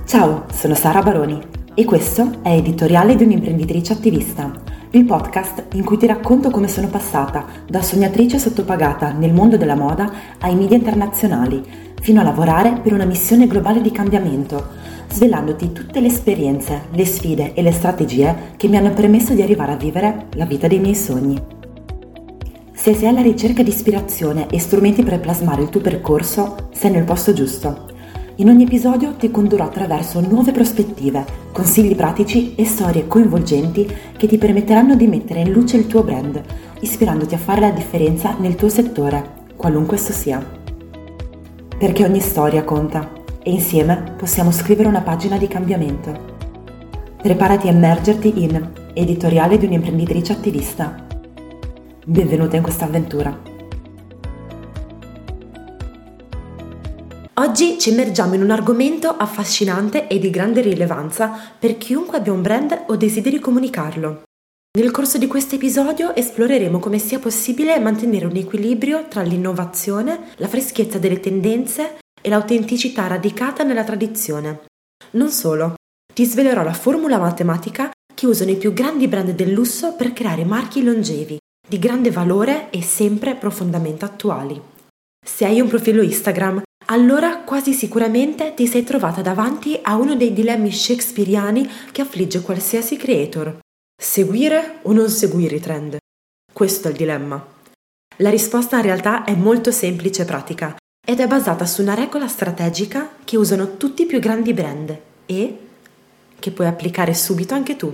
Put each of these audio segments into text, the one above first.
Ciao, sono Sara Baroni e questo è Editoriale di un'imprenditrice attivista, il podcast in cui ti racconto come sono passata da sognatrice sottopagata nel mondo della moda ai media internazionali, fino a lavorare per una missione globale di cambiamento, svelandoti tutte le esperienze, le sfide e le strategie che mi hanno permesso di arrivare a vivere la vita dei miei sogni. Se sei alla ricerca di ispirazione e strumenti per plasmare il tuo percorso, sei nel posto giusto. In ogni episodio ti condurrò attraverso nuove prospettive, consigli pratici e storie coinvolgenti che ti permetteranno di mettere in luce il tuo brand, ispirandoti a fare la differenza nel tuo settore, qualunque esso sia. Perché ogni storia conta e insieme possiamo scrivere una pagina di cambiamento. Preparati a immergerti in Editoriale di un'imprenditrice attivista. Benvenuta in questa avventura. Oggi ci immergiamo in un argomento affascinante e di grande rilevanza per chiunque abbia un brand o desideri comunicarlo. Nel corso di questo episodio esploreremo come sia possibile mantenere un equilibrio tra l'innovazione, la freschezza delle tendenze e l'autenticità radicata nella tradizione. Non solo, ti svelerò la formula matematica che usano i più grandi brand del lusso per creare marchi longevi, di grande valore e sempre profondamente attuali. Se hai un profilo Instagram, allora quasi sicuramente ti sei trovata davanti a uno dei dilemmi shakespeariani che affligge qualsiasi creator. Seguire o non seguire i trend? Questo è il dilemma. La risposta in realtà è molto semplice e pratica ed è basata su una regola strategica che usano tutti i più grandi brand e che puoi applicare subito anche tu.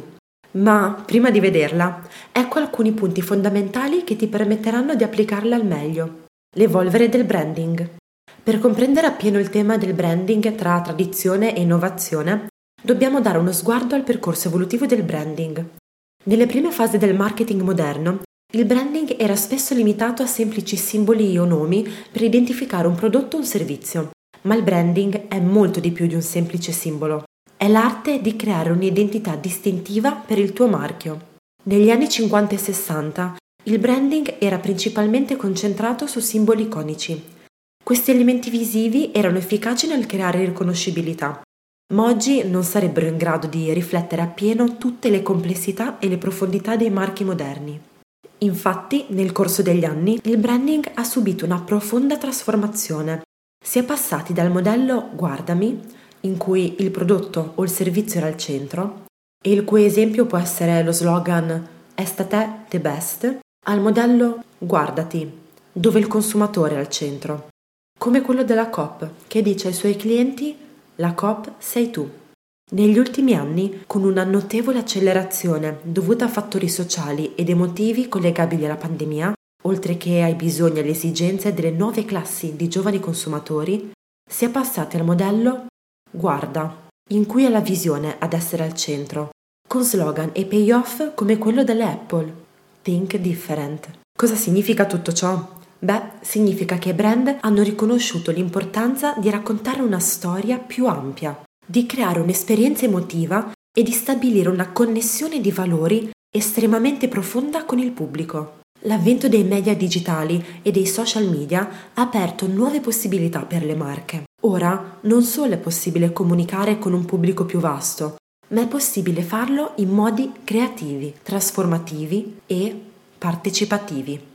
Ma prima di vederla, ecco alcuni punti fondamentali che ti permetteranno di applicarla al meglio. L'evolvere del branding. Per comprendere appieno il tema del branding tra tradizione e innovazione, dobbiamo dare uno sguardo al percorso evolutivo del branding. Nelle prime fasi del marketing moderno, il branding era spesso limitato a semplici simboli o nomi per identificare un prodotto o un servizio, ma il branding è molto di più di un semplice simbolo. È l'arte di creare un'identità distintiva per il tuo marchio. Negli anni 50 e 60, il branding era principalmente concentrato su simboli iconici. Questi elementi visivi erano efficaci nel creare riconoscibilità, ma oggi non sarebbero in grado di riflettere appieno tutte le complessità e le profondità dei marchi moderni. Infatti, nel corso degli anni, il branding ha subito una profonda trasformazione. Si è passati dal modello "guardami", in cui il prodotto o il servizio era al centro, e il cui esempio può essere lo slogan "Estate the best", al modello "guardati", dove il consumatore è al centro. Come quello della Coop, che dice ai suoi clienti «La Coop sei tu». Negli ultimi anni, con una notevole accelerazione dovuta a fattori sociali ed emotivi collegabili alla pandemia, oltre che ai bisogni e alle esigenze delle nuove classi di giovani consumatori, si è passati al modello «Guarda», in cui è la visione ad essere al centro, con slogan e payoff come quello delle Apple «Think different». Cosa significa tutto ciò? Beh, significa che i brand hanno riconosciuto l'importanza di raccontare una storia più ampia, di creare un'esperienza emotiva e di stabilire una connessione di valori estremamente profonda con il pubblico. L'avvento dei media digitali e dei social media ha aperto nuove possibilità per le marche. Ora non solo è possibile comunicare con un pubblico più vasto, ma è possibile farlo in modi creativi, trasformativi e partecipativi.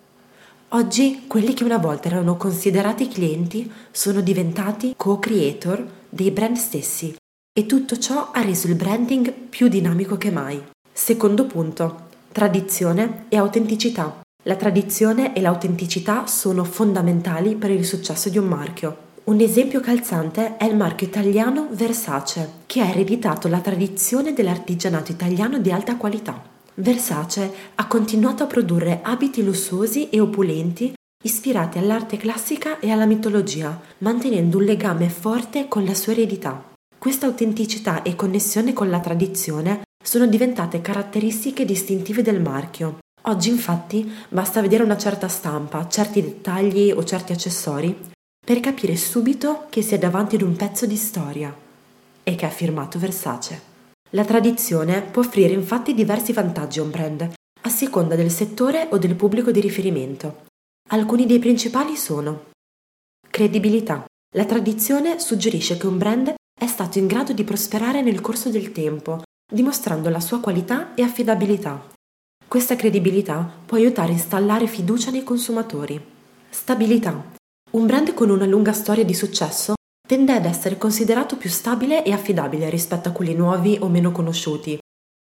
Oggi quelli che una volta erano considerati clienti sono diventati co-creator dei brand stessi e tutto ciò ha reso il branding più dinamico che mai. Secondo punto, tradizione e autenticità. La tradizione e l'autenticità sono fondamentali per il successo di un marchio. Un esempio calzante è il marchio italiano Versace, che ha ereditato la tradizione dell'artigianato italiano di alta qualità. Versace ha continuato a produrre abiti lussuosi e opulenti ispirati all'arte classica e alla mitologia, mantenendo un legame forte con la sua eredità. Questa autenticità e connessione con la tradizione sono diventate caratteristiche distintive del marchio. Oggi infatti basta vedere una certa stampa, certi dettagli o certi accessori per capire subito che si è davanti ad un pezzo di storia e che ha firmato Versace. La tradizione può offrire infatti diversi vantaggi a un brand, a seconda del settore o del pubblico di riferimento. Alcuni dei principali sono: credibilità. La tradizione suggerisce che un brand è stato in grado di prosperare nel corso del tempo, dimostrando la sua qualità e affidabilità. Questa credibilità può aiutare a installare fiducia nei consumatori. Stabilità. Un brand con una lunga storia di successo tende ad essere considerato più stabile e affidabile rispetto a quelli nuovi o meno conosciuti.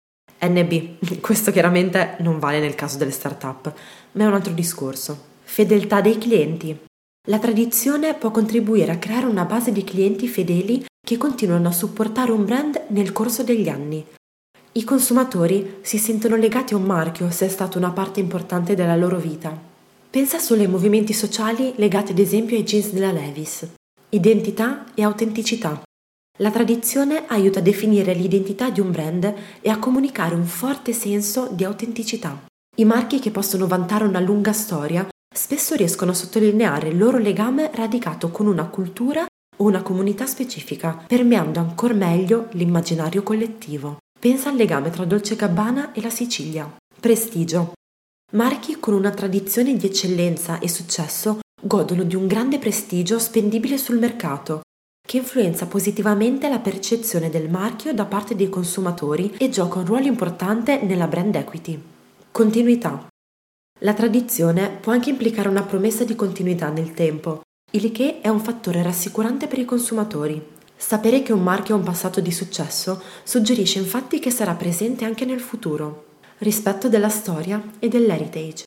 NB, questo chiaramente non vale nel caso delle start-up, ma è un altro discorso. Fedeltà dei clienti. La tradizione può contribuire a creare una base di clienti fedeli che continuano a supportare un brand nel corso degli anni. I consumatori si sentono legati a un marchio se è stato una parte importante della loro vita. Pensa solo ai movimenti sociali legati ad esempio ai jeans della Levi's. Identità e autenticità. La tradizione aiuta a definire l'identità di un brand e a comunicare un forte senso di autenticità. I marchi che possono vantare una lunga storia spesso riescono a sottolineare il loro legame radicato con una cultura o una comunità specifica, permeando ancor meglio l'immaginario collettivo. Pensa al legame tra Dolce & Gabbana e la Sicilia. Prestigio. Marchi con una tradizione di eccellenza e successo godono di un grande prestigio spendibile sul mercato, che influenza positivamente la percezione del marchio da parte dei consumatori e gioca un ruolo importante nella brand equity. Continuità. La tradizione può anche implicare una promessa di continuità nel tempo, il che è un fattore rassicurante per i consumatori. Sapere che un marchio ha un passato di successo suggerisce infatti che sarà presente anche nel futuro. Rispetto della storia e dell'heritage.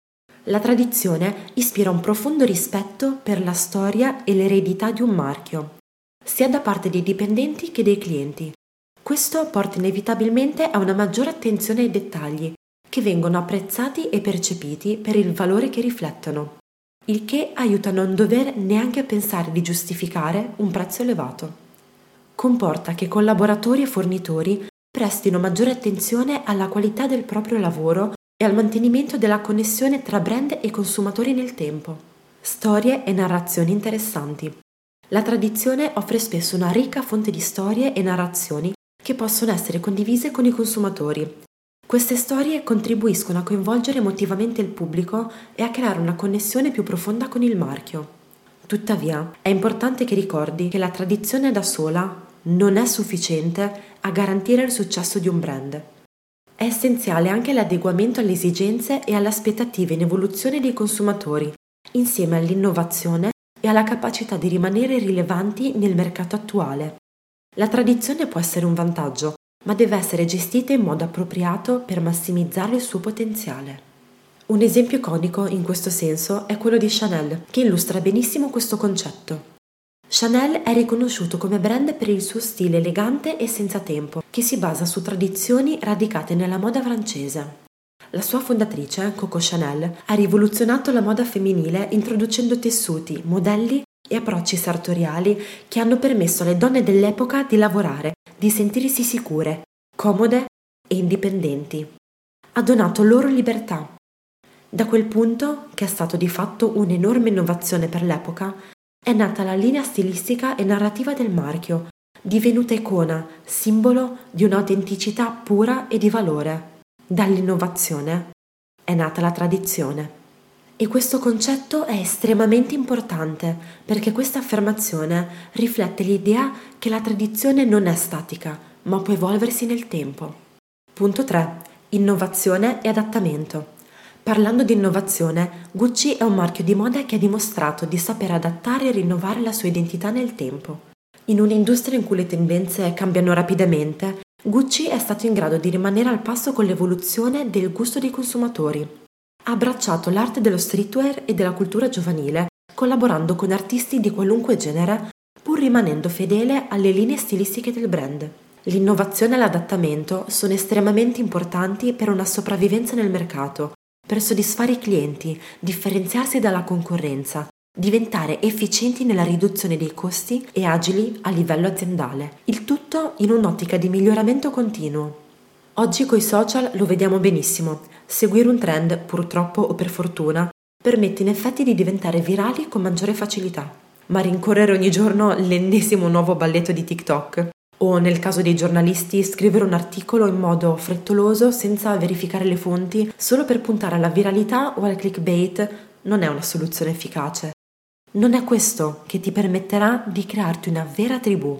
La tradizione ispira un profondo rispetto per la storia e l'eredità di un marchio, sia da parte dei dipendenti che dei clienti. Questo porta inevitabilmente a una maggiore attenzione ai dettagli, che vengono apprezzati e percepiti per il valore che riflettono, il che aiuta a non dover neanche pensare di giustificare un prezzo elevato. Comporta che collaboratori e fornitori prestino maggiore attenzione alla qualità del proprio lavoro e al mantenimento della connessione tra brand e consumatori nel tempo. Storie e narrazioni interessanti. La tradizione offre spesso una ricca fonte di storie e narrazioni che possono essere condivise con i consumatori. Queste storie contribuiscono a coinvolgere emotivamente il pubblico e a creare una connessione più profonda con il marchio. Tuttavia, è importante che ricordi che la tradizione da sola non è sufficiente a garantire il successo di un brand. È essenziale anche l'adeguamento alle esigenze e alle aspettative in evoluzione dei consumatori, insieme all'innovazione e alla capacità di rimanere rilevanti nel mercato attuale. La tradizione può essere un vantaggio, ma deve essere gestita in modo appropriato per massimizzare il suo potenziale. Un esempio iconico in questo senso è quello di Chanel, che illustra benissimo questo concetto. Chanel è riconosciuto come brand per il suo stile elegante e senza tempo, che si basa su tradizioni radicate nella moda francese. La sua fondatrice, Coco Chanel, ha rivoluzionato la moda femminile introducendo tessuti, modelli e approcci sartoriali che hanno permesso alle donne dell'epoca di lavorare, di sentirsi sicure, comode e indipendenti. Ha donato loro libertà. Da quel punto, che è stato di fatto un'enorme innovazione per l'epoca, è nata la linea stilistica e narrativa del marchio, divenuta icona, simbolo di un'autenticità pura e di valore. Dall'innovazione è nata la tradizione. E questo concetto è estremamente importante perché questa affermazione riflette l'idea che la tradizione non è statica, ma può evolversi nel tempo. Punto 3. Innovazione e adattamento. Parlando di innovazione, Gucci è un marchio di moda che ha dimostrato di saper adattare e rinnovare la sua identità nel tempo. In un'industria in cui le tendenze cambiano rapidamente, Gucci è stato in grado di rimanere al passo con l'evoluzione del gusto dei consumatori. Ha abbracciato l'arte dello streetwear e della cultura giovanile, collaborando con artisti di qualunque genere, pur rimanendo fedele alle linee stilistiche del brand. L'innovazione e l'adattamento sono estremamente importanti per una sopravvivenza nel mercato, per soddisfare i clienti, differenziarsi dalla concorrenza, diventare efficienti nella riduzione dei costi e agili a livello aziendale. Il tutto in un'ottica di miglioramento continuo. Oggi coi social lo vediamo benissimo. Seguire un trend, purtroppo o per fortuna, permette in effetti di diventare virali con maggiore facilità. Ma rincorrere ogni giorno l'ennesimo nuovo balletto di TikTok, o nel caso dei giornalisti scrivere un articolo in modo frettoloso senza verificare le fonti solo per puntare alla viralità o al clickbait, non è una soluzione efficace. Non è questo che ti permetterà di crearti una vera tribù.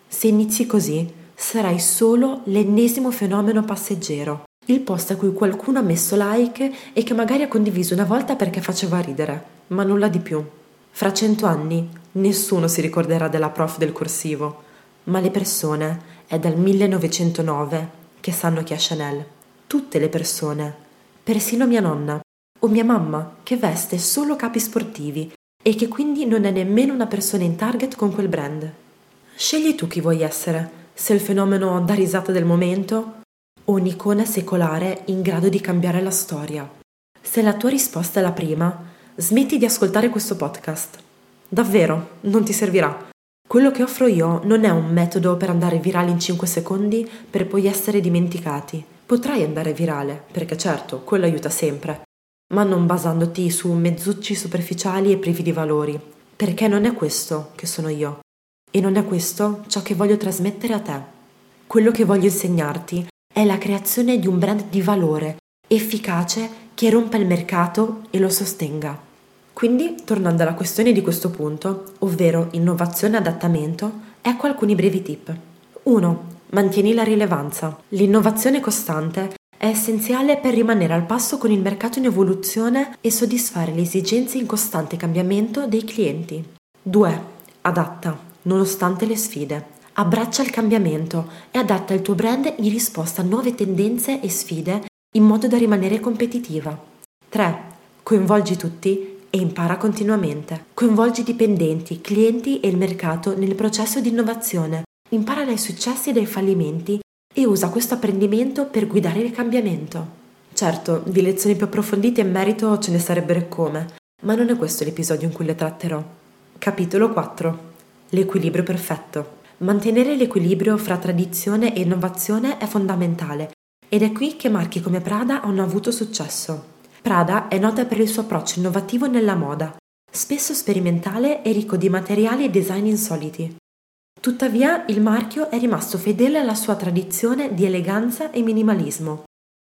Se inizi così, sarai solo l'ennesimo fenomeno passeggero, il post a cui qualcuno ha messo like e che magari ha condiviso una volta perché faceva ridere, ma nulla di più. Fra 100 anni nessuno si ricorderà della prof del corsivo, ma le persone è dal 1909 che sanno chi è Chanel. Tutte le persone, persino mia nonna o mia mamma che veste solo capi sportivi e che quindi non è nemmeno una persona in target con quel brand. Scegli tu chi vuoi essere, se il fenomeno da risata del momento o un'icona secolare in grado di cambiare la storia. Se la tua risposta è la prima, smetti di ascoltare questo podcast. Davvero, non ti servirà. Quello che offro io non è un metodo per andare virale in 5 secondi per poi essere dimenticati. Potrai andare virale, perché certo, quello aiuta sempre, ma non basandoti su mezzucci superficiali e privi di valori, perché non è questo che sono io. E non è questo ciò che voglio trasmettere a te. Quello che voglio insegnarti è la creazione di un brand di valore, efficace, che rompa il mercato e lo sostenga. Quindi, tornando alla questione di questo punto, ovvero innovazione e adattamento, ecco alcuni brevi tip. 1. Mantieni la rilevanza. L'innovazione costante è essenziale per rimanere al passo con il mercato in evoluzione e soddisfare le esigenze in costante cambiamento dei clienti. 2. Adatta, nonostante le sfide. Abbraccia il cambiamento e adatta il tuo brand in risposta a nuove tendenze e sfide in modo da rimanere competitiva. 3. Coinvolgi tutti e impara continuamente. Coinvolgi dipendenti, clienti e il mercato nel processo di innovazione. Impara dai successi e dai fallimenti e usa questo apprendimento per guidare il cambiamento. Certo, di lezioni più approfondite in merito ce ne sarebbero come, ma non è questo l'episodio in cui le tratterò. Capitolo 4. L'equilibrio perfetto. Mantenere l'equilibrio fra tradizione e innovazione è fondamentale ed è qui che marchi come Prada hanno avuto successo. Prada è nota per il suo approccio innovativo nella moda, spesso sperimentale e ricco di materiali e design insoliti. Tuttavia, il marchio è rimasto fedele alla sua tradizione di eleganza e minimalismo.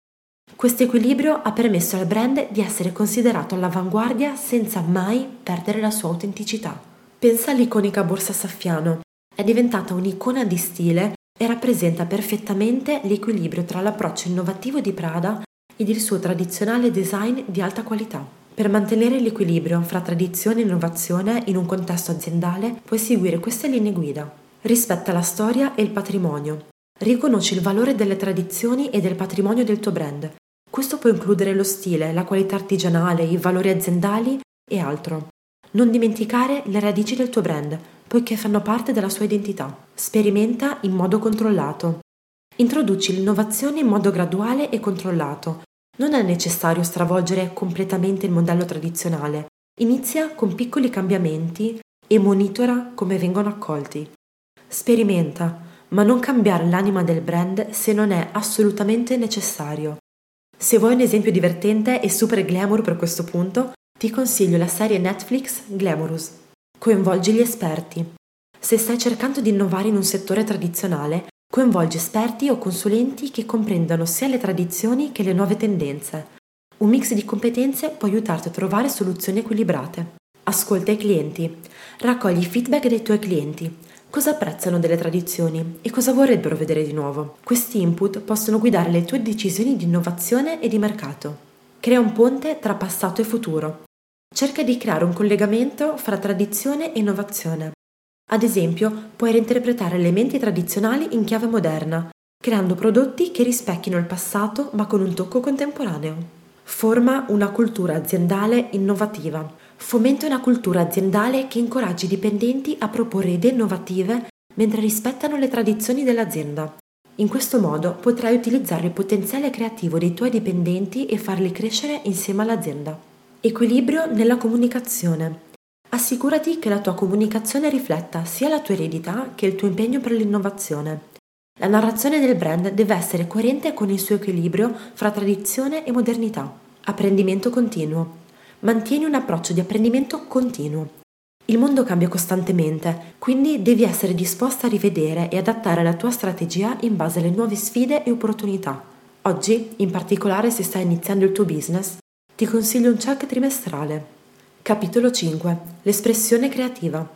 Questo equilibrio ha permesso al brand di essere considerato all'avanguardia senza mai perdere la sua autenticità. Pensa all'iconica borsa Saffiano. È diventata un'icona di stile e rappresenta perfettamente l'equilibrio tra l'approccio innovativo di Prada ed il suo tradizionale design di alta qualità. Per mantenere l'equilibrio fra tradizione e innovazione in un contesto aziendale puoi seguire queste linee guida. Rispetta la storia e il patrimonio. Riconosci il valore delle tradizioni e del patrimonio del tuo brand. Questo può includere lo stile, la qualità artigianale, i valori aziendali e altro. Non dimenticare le radici del tuo brand, poiché fanno parte della sua identità. Sperimenta in modo controllato. Introduci l'innovazione in modo graduale e controllato. Non è necessario stravolgere completamente il modello tradizionale. Inizia con piccoli cambiamenti e monitora come vengono accolti. Sperimenta, ma non cambiare l'anima del brand se non è assolutamente necessario. Se vuoi un esempio divertente e super glamour per questo punto, ti consiglio la serie Netflix Glamorous. Coinvolgi gli esperti. Se stai cercando di innovare in un settore tradizionale, coinvolgi esperti o consulenti che comprendano sia le tradizioni che le nuove tendenze. Un mix di competenze può aiutarti a trovare soluzioni equilibrate. Ascolta i clienti. Raccogli i feedback dei tuoi clienti. Cosa apprezzano delle tradizioni e cosa vorrebbero vedere di nuovo? Questi input possono guidare le tue decisioni di innovazione e di mercato. Crea un ponte tra passato e futuro. Cerca di creare un collegamento fra tradizione e innovazione. Ad esempio, puoi reinterpretare elementi tradizionali in chiave moderna, creando prodotti che rispecchino il passato ma con un tocco contemporaneo. Forma una cultura aziendale innovativa. Fomenta una cultura aziendale che incoraggi i dipendenti a proporre idee innovative mentre rispettano le tradizioni dell'azienda. In questo modo potrai utilizzare il potenziale creativo dei tuoi dipendenti e farli crescere insieme all'azienda. Equilibrio nella comunicazione. Assicurati che la tua comunicazione rifletta sia la tua eredità che il tuo impegno per l'innovazione. La narrazione del brand deve essere coerente con il suo equilibrio fra tradizione e modernità. Apprendimento continuo. Mantieni un approccio di apprendimento continuo. Il mondo cambia costantemente, quindi devi essere disposta a rivedere e adattare la tua strategia in base alle nuove sfide e opportunità. Oggi, in particolare se stai iniziando il tuo business, ti consiglio un check trimestrale. Capitolo 5. L'espressione creativa.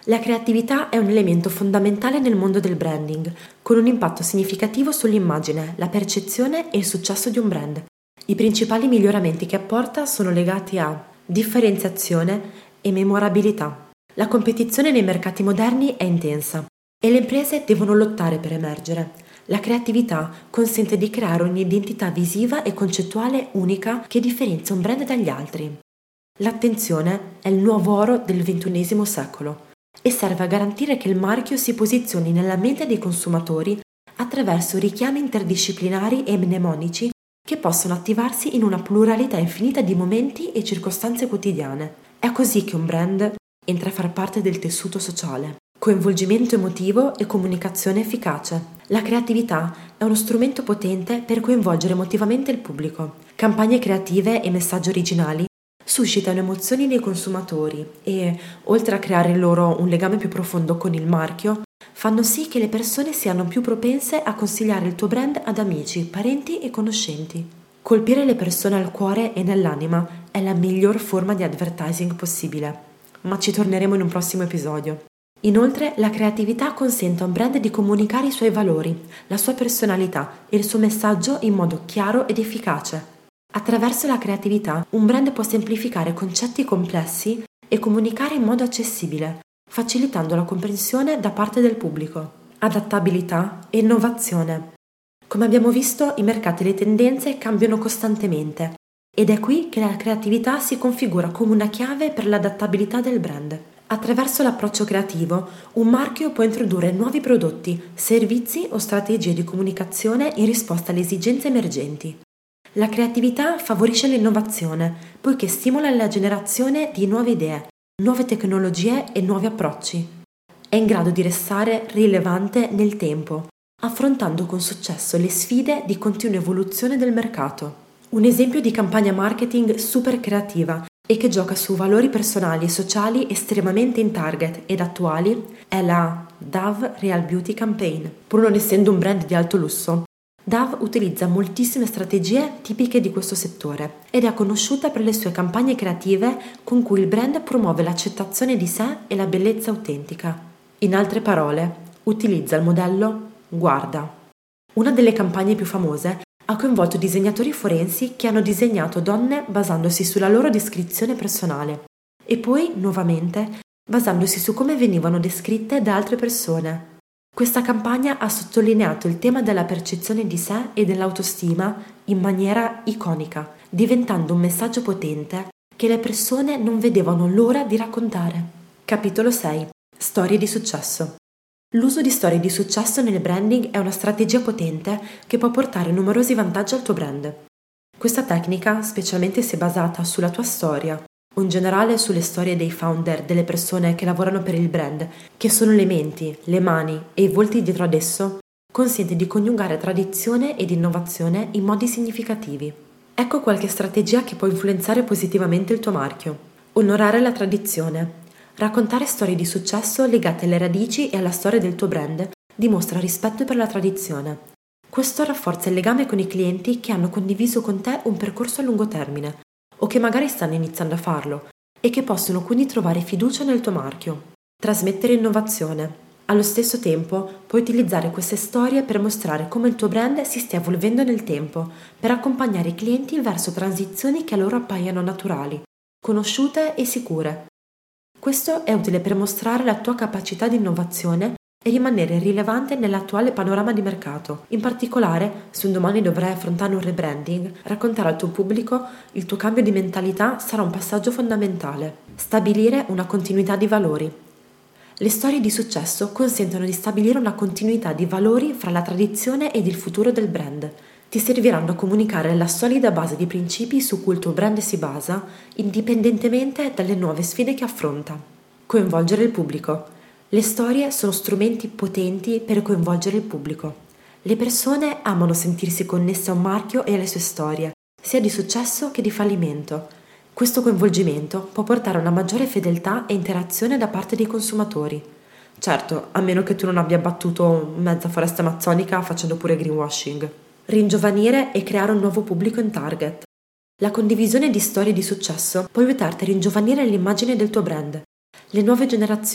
La creatività è un elemento fondamentale nel mondo del branding, con un impatto significativo sull'immagine, la percezione e il successo di un brand. I principali miglioramenti che apporta sono legati a differenziazione e memorabilità. La competizione nei mercati moderni è intensa e le imprese devono lottare per emergere. La creatività consente di creare un'identità visiva e concettuale unica che differenzia un brand dagli altri. L'attenzione è il nuovo oro del XXI secolo e serve a garantire che il marchio si posizioni nella mente dei consumatori attraverso richiami interdisciplinari e mnemonici che possono attivarsi in una pluralità infinita di momenti e circostanze quotidiane. È così che un brand entra a far parte del tessuto sociale. Coinvolgimento emotivo e comunicazione efficace. La creatività è uno strumento potente per coinvolgere emotivamente il pubblico. Campagne creative e messaggi originali suscitano emozioni nei consumatori e, oltre a creare loro un legame più profondo con il marchio, fanno sì che le persone siano più propense a consigliare il tuo brand ad amici, parenti e conoscenti. Colpire le persone al cuore e nell'anima è la miglior forma di advertising possibile, ma ci torneremo in un prossimo episodio. Inoltre, la creatività consente a un brand di comunicare i suoi valori, la sua personalità e il suo messaggio in modo chiaro ed efficace. Attraverso la creatività, un brand può semplificare concetti complessi e comunicare in modo accessibile, facilitando la comprensione da parte del pubblico. Adattabilità e innovazione. Come abbiamo visto, i mercati e le tendenze cambiano costantemente ed è qui che la creatività si configura come una chiave per l'adattabilità del brand. Attraverso l'approccio creativo, un marchio può introdurre nuovi prodotti, servizi o strategie di comunicazione in risposta alle esigenze emergenti. La creatività favorisce l'innovazione, poiché stimola la generazione di nuove idee, nuove tecnologie e nuovi approcci. È in grado di restare rilevante nel tempo, affrontando con successo le sfide di continua evoluzione del mercato. Un esempio di campagna marketing super creativa e che gioca su valori personali e sociali estremamente in target ed attuali è la Dove Real Beauty Campaign. Pur non essendo un brand di alto lusso, Dove utilizza moltissime strategie tipiche di questo settore ed è conosciuta per le sue campagne creative con cui il brand promuove l'accettazione di sé e la bellezza autentica. In altre parole, utilizza il modello Guarda. Una delle campagne più famose ha coinvolto disegnatori forensi che hanno disegnato donne basandosi sulla loro descrizione personale e poi, nuovamente, basandosi su come venivano descritte da altre persone. Questa campagna ha sottolineato il tema della percezione di sé e dell'autostima in maniera iconica, diventando un messaggio potente che le persone non vedevano l'ora di raccontare. Capitolo 6. Storie di successo. L'uso di storie di successo nel branding è una strategia potente che può portare numerosi vantaggi al tuo brand. Questa tecnica, specialmente se basata sulla tua storia o in generale sulle storie dei founder, delle persone che lavorano per il brand, che sono le menti, le mani e i volti dietro ad esso, consente di coniugare tradizione ed innovazione in modi significativi. Ecco qualche strategia che può influenzare positivamente il tuo marchio. Onorare la tradizione. Raccontare storie di successo legate alle radici e alla storia del tuo brand dimostra rispetto per la tradizione. Questo rafforza il legame con i clienti che hanno condiviso con te un percorso a lungo termine o che magari stanno iniziando a farlo e che possono quindi trovare fiducia nel tuo marchio. Trasmettere innovazione. Allo stesso tempo, puoi utilizzare queste storie per mostrare come il tuo brand si stia evolvendo nel tempo, per accompagnare i clienti verso transizioni che a loro appaiano naturali, conosciute e sicure. Questo è utile per mostrare la tua capacità di innovazione e rimanere rilevante nell'attuale panorama di mercato. In particolare, se un domani dovrai affrontare un rebranding, raccontare al tuo pubblico il tuo cambio di mentalità sarà un passaggio fondamentale. Stabilire una continuità di valori. Le storie di successo consentono di stabilire una continuità di valori fra la tradizione ed il futuro del brand. Ti serviranno a comunicare la solida base di principi su cui il tuo brand si basa, indipendentemente dalle nuove sfide che affronta. Coinvolgere il pubblico. Le storie sono strumenti potenti per coinvolgere il pubblico. Le persone amano sentirsi connesse a un marchio e alle sue storie, sia di successo che di fallimento. Questo coinvolgimento può portare a una maggiore fedeltà e interazione da parte dei consumatori. Certo, a meno che tu non abbia battuto mezza foresta amazzonica facendo pure greenwashing. Ringiovanire e creare un nuovo pubblico in target. La condivisione di storie di successo può aiutarti a ringiovanire l'immagine del tuo brand. Le nuove generazioni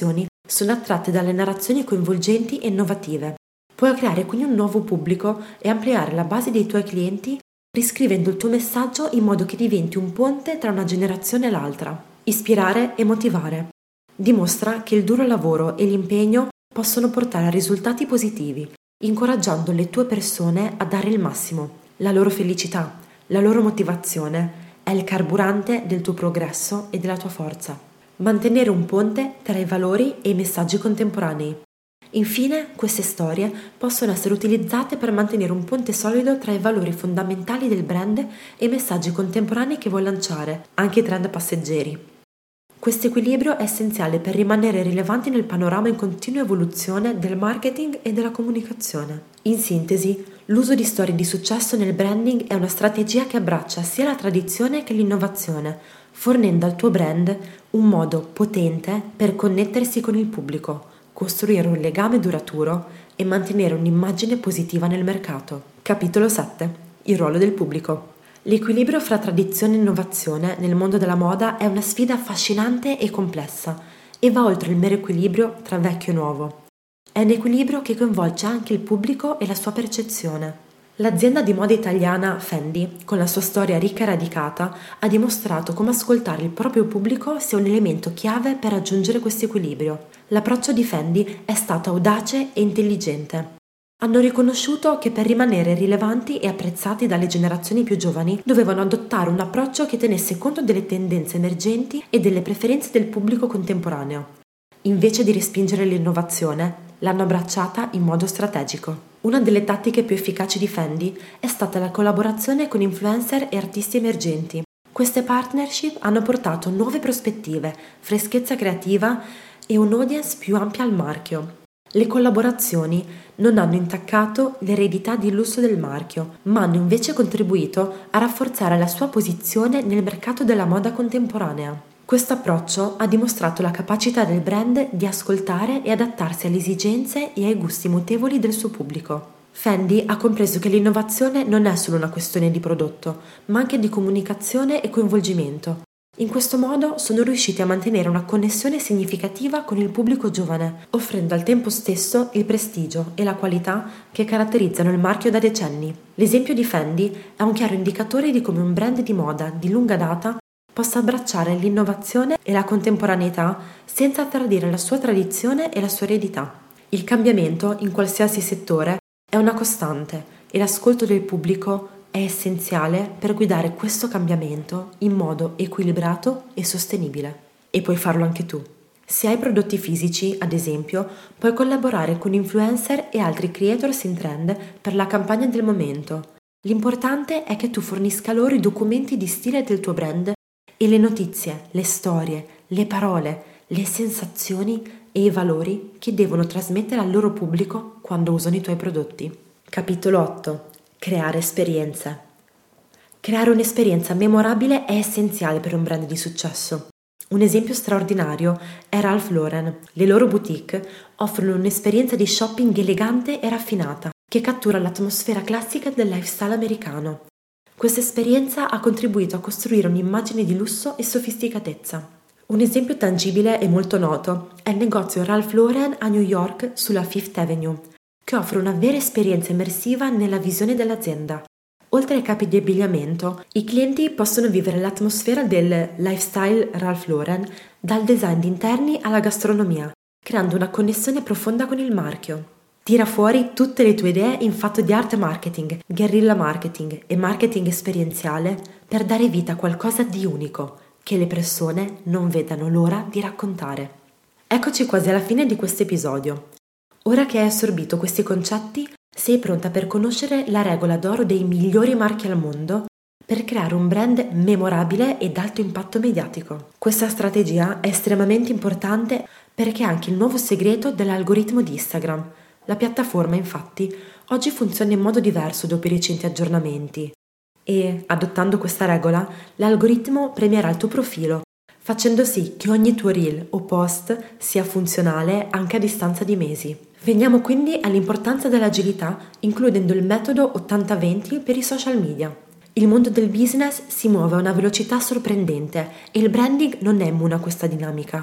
sono attratte dalle narrazioni coinvolgenti e innovative. Puoi creare quindi un nuovo pubblico e ampliare la base dei tuoi clienti riscrivendo il tuo messaggio in modo che diventi un ponte tra una generazione e l'altra. Ispirare e motivare. Dimostra che il duro lavoro e l'impegno possono portare a risultati positivi, incoraggiando le tue persone a dare il massimo. La loro felicità, la loro motivazione è il carburante del tuo progresso e della tua forza. Mantenere un ponte tra i valori e i messaggi contemporanei. Infine, queste storie possono essere utilizzate per mantenere un ponte solido tra i valori fondamentali del brand e i messaggi contemporanei che vuoi lanciare, anche i trend passeggeri. Questo equilibrio è essenziale per rimanere rilevanti nel panorama in continua evoluzione del marketing e della comunicazione. In sintesi, l'uso di storie di successo nel branding è una strategia che abbraccia sia la tradizione che l'innovazione, fornendo al tuo brand un modo potente per connettersi con il pubblico, costruire un legame duraturo e mantenere un'immagine positiva nel mercato. Capitolo 7. Il ruolo del pubblico. L'equilibrio fra tradizione e innovazione nel mondo della moda è una sfida affascinante e complessa e va oltre il mero equilibrio tra vecchio e nuovo. È un equilibrio che coinvolge anche il pubblico e la sua percezione. L'azienda di moda italiana Fendi, con la sua storia ricca e radicata, ha dimostrato come ascoltare il proprio pubblico sia un elemento chiave per raggiungere questo equilibrio. L'approccio di Fendi è stato audace e intelligente. Hanno riconosciuto che per rimanere rilevanti e apprezzati dalle generazioni più giovani dovevano adottare un approccio che tenesse conto delle tendenze emergenti e delle preferenze del pubblico contemporaneo. Invece di respingere l'innovazione, l'hanno abbracciata in modo strategico. Una delle tattiche più efficaci di Fendi è stata la collaborazione con influencer e artisti emergenti. Queste partnership hanno portato nuove prospettive, freschezza creativa e un'audience più ampia al marchio. Le collaborazioni non hanno intaccato l'eredità di lusso del marchio, ma hanno invece contribuito a rafforzare la sua posizione nel mercato della moda contemporanea. Questo approccio ha dimostrato la capacità del brand di ascoltare e adattarsi alle esigenze e ai gusti mutevoli del suo pubblico. Fendi ha compreso che l'innovazione non è solo una questione di prodotto, ma anche di comunicazione e coinvolgimento. In questo modo sono riusciti a mantenere una connessione significativa con il pubblico giovane, offrendo al tempo stesso il prestigio e la qualità che caratterizzano il marchio da decenni. L'esempio di Fendi è un chiaro indicatore di come un brand di moda di lunga data possa abbracciare l'innovazione e la contemporaneità senza tradire la sua tradizione e la sua eredità. Il cambiamento, in qualsiasi settore, è una costante e l'ascolto del pubblico è essenziale per guidare questo cambiamento in modo equilibrato e sostenibile. E puoi farlo anche tu. Se hai prodotti fisici, ad esempio, puoi collaborare con influencer e altri creators in trend per la campagna del momento. L'importante è che tu fornisca loro i documenti di stile del tuo brand e le notizie, le storie, le parole, le sensazioni e i valori che devono trasmettere al loro pubblico quando usano i tuoi prodotti. Capitolo 8. Creare esperienze. Creare un'esperienza memorabile è essenziale per un brand di successo. Un esempio straordinario è Ralph Lauren. Le loro boutique offrono un'esperienza di shopping elegante e raffinata che cattura l'atmosfera classica del lifestyle americano. Questa esperienza ha contribuito a costruire un'immagine di lusso e sofisticatezza. Un esempio tangibile e molto noto è il negozio Ralph Lauren a New York sulla Fifth Avenue, che offre una vera esperienza immersiva nella visione dell'azienda. Oltre ai capi di abbigliamento, i clienti possono vivere l'atmosfera del lifestyle Ralph Lauren, dal design di interni alla gastronomia, creando una connessione profonda con il marchio. Tira fuori tutte le tue idee in fatto di art marketing, guerrilla marketing e marketing esperienziale per dare vita a qualcosa di unico, che le persone non vedano l'ora di raccontare. Eccoci quasi alla fine di questo episodio. Ora che hai assorbito questi concetti, sei pronta per conoscere la regola d'oro dei migliori marchi al mondo per creare un brand memorabile ed alto impatto mediatico. Questa strategia è estremamente importante perché è anche il nuovo segreto dell'algoritmo di Instagram. La piattaforma, infatti, oggi funziona in modo diverso dopo i recenti aggiornamenti e, adottando questa regola, l'algoritmo premierà il tuo profilo, facendo sì che ogni tuo reel o post sia funzionale anche a distanza di mesi. Veniamo quindi all'importanza dell'agilità, includendo il metodo 80-20 per i social media. Il mondo del business si muove a una velocità sorprendente e il branding non è immune a questa dinamica.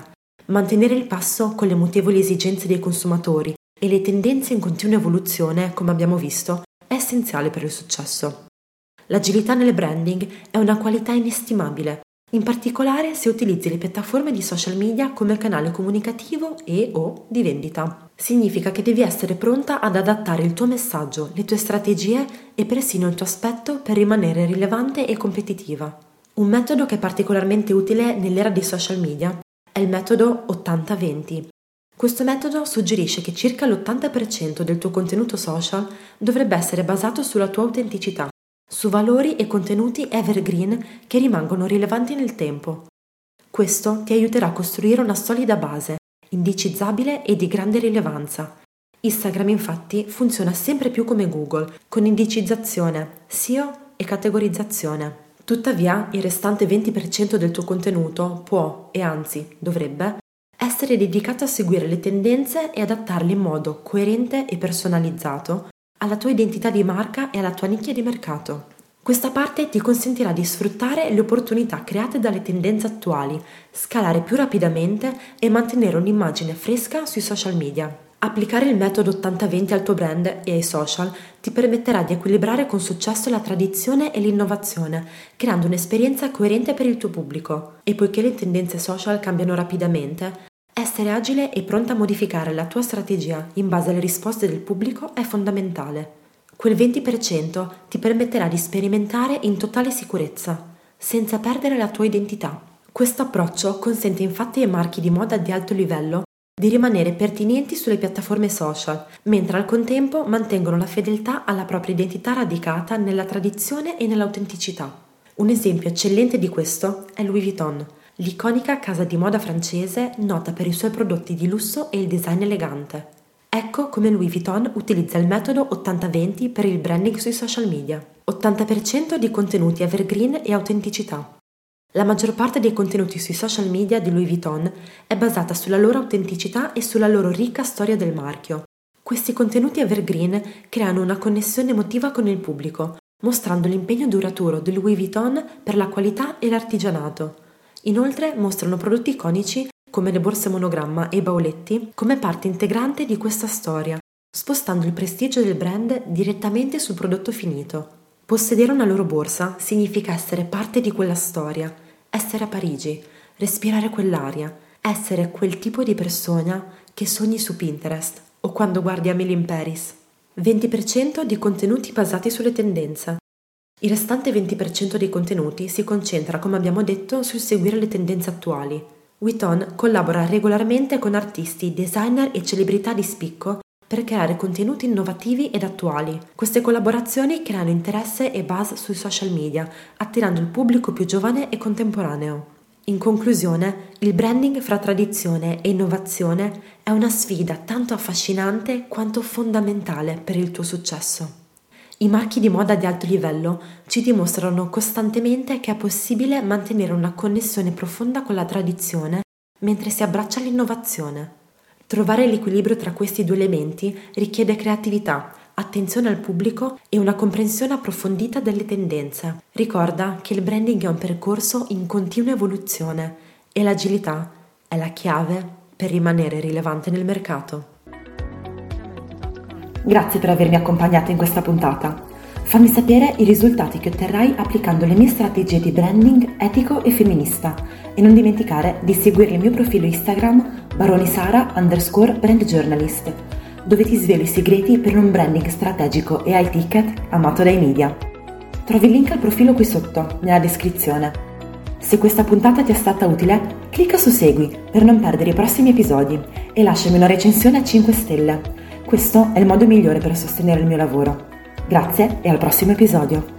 Mantenere il passo con le mutevoli esigenze dei consumatori e le tendenze in continua evoluzione, come abbiamo visto, è essenziale per il successo. L'agilità nel branding è una qualità inestimabile, in particolare se utilizzi le piattaforme di social media come canale comunicativo e/o di vendita. Significa che devi essere pronta ad adattare il tuo messaggio, le tue strategie e persino il tuo aspetto per rimanere rilevante e competitiva. Un metodo che è particolarmente utile nell'era dei social media è il metodo 80-20. Questo metodo suggerisce che circa l'80% del tuo contenuto social dovrebbe essere basato sulla tua autenticità, su valori e contenuti evergreen che rimangono rilevanti nel tempo. Questo ti aiuterà a costruire una solida base, indicizzabile e di grande rilevanza. Instagram infatti funziona sempre più come Google, con indicizzazione, SEO e categorizzazione. Tuttavia, il restante 20% del tuo contenuto può, e anzi dovrebbe, essere dedicato a seguire le tendenze e adattarle in modo coerente e personalizzato alla tua identità di marca e alla tua nicchia di mercato. Questa parte ti consentirà di sfruttare le opportunità create dalle tendenze attuali, scalare più rapidamente e mantenere un'immagine fresca sui social media. Applicare il metodo 80-20 al tuo brand e ai social ti permetterà di equilibrare con successo la tradizione e l'innovazione, creando un'esperienza coerente per il tuo pubblico. E poiché le tendenze social cambiano rapidamente, essere agile e pronta a modificare la tua strategia in base alle risposte del pubblico è fondamentale. Quel 20% ti permetterà di sperimentare in totale sicurezza, senza perdere la tua identità. Questo approccio consente infatti ai marchi di moda di alto livello di rimanere pertinenti sulle piattaforme social, mentre al contempo mantengono la fedeltà alla propria identità radicata nella tradizione e nell'autenticità. Un esempio eccellente di questo è Louis Vuitton, l'iconica casa di moda francese nota per i suoi prodotti di lusso e il design elegante. Ecco come Louis Vuitton utilizza il metodo 80-20 per il branding sui social media. 80% di contenuti evergreen e autenticità. La maggior parte dei contenuti sui social media di Louis Vuitton è basata sulla loro autenticità e sulla loro ricca storia del marchio. Questi contenuti evergreen creano una connessione emotiva con il pubblico, mostrando l'impegno duraturo di Louis Vuitton per la qualità e l'artigianato. Inoltre mostrano prodotti iconici come le borse monogramma e i bauletti come parte integrante di questa storia, spostando il prestigio del brand direttamente sul prodotto finito. Possedere una loro borsa significa essere parte di quella storia, essere a Parigi, respirare quell'aria, essere quel tipo di persona che sogni su Pinterest o quando guardi Emily in Paris. 20% di contenuti basati sulle tendenze. Il restante 20% dei contenuti si concentra, come abbiamo detto, sul seguire le tendenze attuali. Vuitton collabora regolarmente con artisti, designer e celebrità di spicco per creare contenuti innovativi ed attuali. Queste collaborazioni creano interesse e buzz sui social media, attirando il pubblico più giovane e contemporaneo. In conclusione, il branding fra tradizione e innovazione è una sfida tanto affascinante quanto fondamentale per il tuo successo. I marchi di moda di alto livello ci dimostrano costantemente che è possibile mantenere una connessione profonda con la tradizione mentre si abbraccia l'innovazione. Trovare l'equilibrio tra questi due elementi richiede creatività, attenzione al pubblico e una comprensione approfondita delle tendenze. Ricorda che il branding è un percorso in continua evoluzione e l'agilità è la chiave per rimanere rilevante nel mercato. Grazie per avermi accompagnato in questa puntata. Fammi sapere i risultati che otterrai applicando le mie strategie di branding etico e femminista e non dimenticare di seguire il mio profilo Instagram baronisara_brandjournalist, dove ti svelo i segreti per un branding strategico e high ticket amato dai media. Trovi il link al profilo qui sotto, nella descrizione. Se questa puntata ti è stata utile, clicca su Segui per non perdere i prossimi episodi e lasciami una recensione a 5 stelle. Questo è il modo migliore per sostenere il mio lavoro. Grazie e al prossimo episodio.